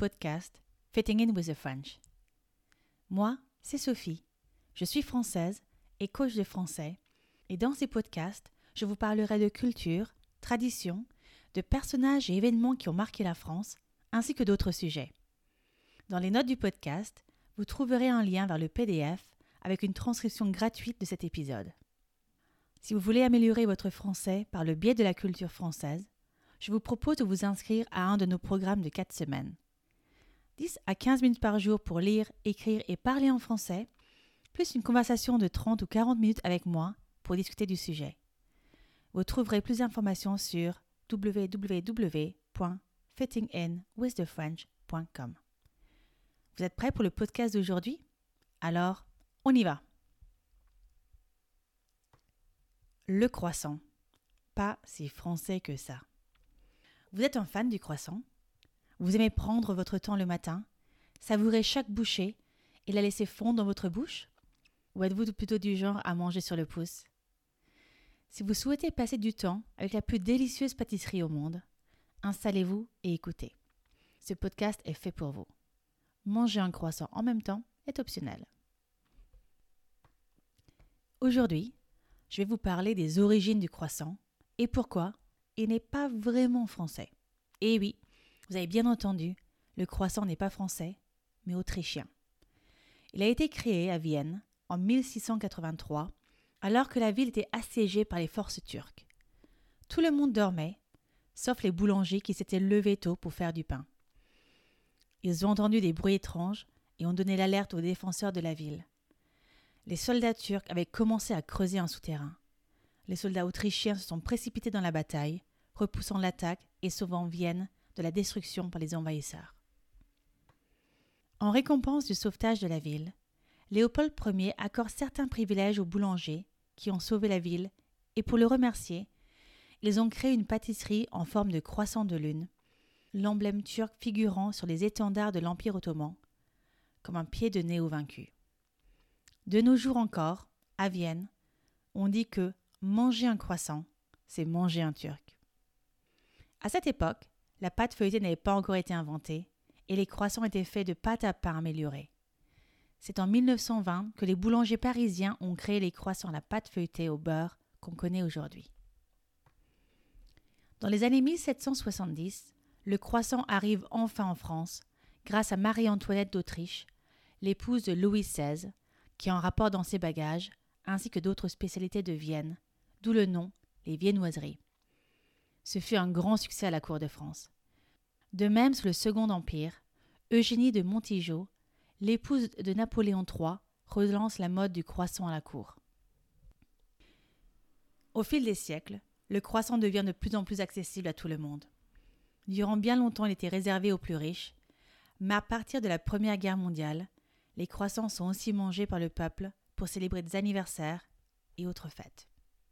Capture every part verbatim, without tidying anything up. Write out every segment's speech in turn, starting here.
podcast Fitting in with the French. Moi, c'est Sophie. Je suis française et coach de français. Et dans ces podcasts, je vous parlerai de culture, tradition, de personnages et événements qui ont marqué la France, ainsi que d'autres sujets. Dans les notes du podcast, vous trouverez un lien vers le P D F avec une transcription gratuite de cet épisode. Si vous voulez améliorer votre français par le biais de la culture française, je vous propose de vous inscrire à un de nos programmes de quatre semaines. dix à quinze minutes par jour pour lire, écrire et parler en français, plus une conversation de trente ou quarante minutes avec moi pour discuter du sujet. Vous trouverez plus d'informations sur w w w point fitting in with the french point com. Vous êtes prêts pour le podcast d'aujourd'hui? Alors, on y va! Le croissant. Pas si français que ça. Vous êtes un fan du croissant? Vous aimez prendre votre temps le matin, savourer chaque bouchée et la laisser fondre dans votre bouche? Ou êtes-vous plutôt du genre à manger sur le pouce? Si vous souhaitez passer du temps avec la plus délicieuse pâtisserie au monde, installez-vous et écoutez. Ce podcast est fait pour vous. Manger un croissant en même temps est optionnel. Aujourd'hui, je vais vous parler des origines du croissant et pourquoi il n'est pas vraiment français. Et oui, vous avez bien entendu, le croissant n'est pas français, mais autrichien. Il a été créé à Vienne en mille six cent quatre-vingt-trois, alors que la ville était assiégée par les forces turques. Tout le monde dormait, sauf les boulangers qui s'étaient levés tôt pour faire du pain. Ils ont entendu des bruits étranges et ont donné l'alerte aux défenseurs de la ville. Les soldats turcs avaient commencé à creuser un souterrain. Les soldats autrichiens se sont précipités dans la bataille, repoussant l'attaque et sauvant Vienne de la destruction par les envahisseurs. En récompense du sauvetage de la ville, Léopold Ier accorde certains privilèges aux boulangers qui ont sauvé la ville et pour le remercier, ils ont créé une pâtisserie en forme de croissant de lune, l'emblème turc figurant sur les étendards de l'Empire ottoman, comme un pied de nez au vaincu. De nos jours encore, à Vienne, on dit que manger un croissant, c'est manger un turc. À cette époque, la pâte feuilletée n'avait pas encore été inventée et les croissants étaient faits de pâte à pain améliorée. C'est en mille neuf cent vingt que les boulangers parisiens ont créé les croissants à la pâte feuilletée au beurre qu'on connaît aujourd'hui. Dans les années mille sept cent soixante-dix, le croissant arrive enfin en France grâce à Marie-Antoinette d'Autriche, l'épouse de Louis seize, qui en rapporte dans ses bagages, ainsi que d'autres spécialités de Vienne, d'où le nom, les viennoiseries. Ce fut un grand succès à la cour de France. De même, sous le Second Empire, Eugénie de Montijo, l'épouse de Napoléon trois, relance la mode du croissant à la cour. Au fil des siècles, le croissant devient de plus en plus accessible à tout le monde. Durant bien longtemps, il était réservé aux plus riches, mais à partir de la Première Guerre mondiale, les croissants sont aussi mangés par le peuple pour célébrer des anniversaires et autres fêtes.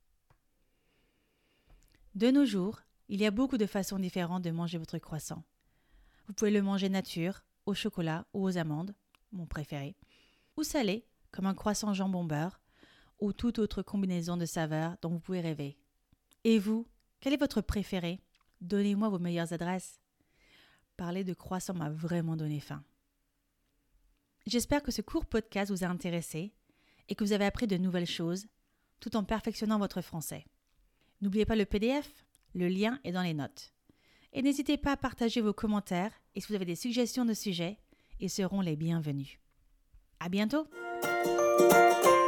De nos jours, il y a beaucoup de façons différentes de manger votre croissant. Vous pouvez le manger nature, au chocolat ou aux amandes, mon préféré, ou salé, comme un croissant jambon-beurre, ou toute autre combinaison de saveurs dont vous pouvez rêver. Et vous, quel est votre préféré? Donnez-moi vos meilleures adresses. Parler de croissant m'a vraiment donné faim. J'espère que ce court podcast vous a intéressé et que vous avez appris de nouvelles choses, tout en perfectionnant votre français. N'oubliez pas le P D F, le lien est dans les notes. Et n'hésitez pas à partager vos commentaires et si vous avez des suggestions de sujets, ils seront les bienvenus. À bientôt!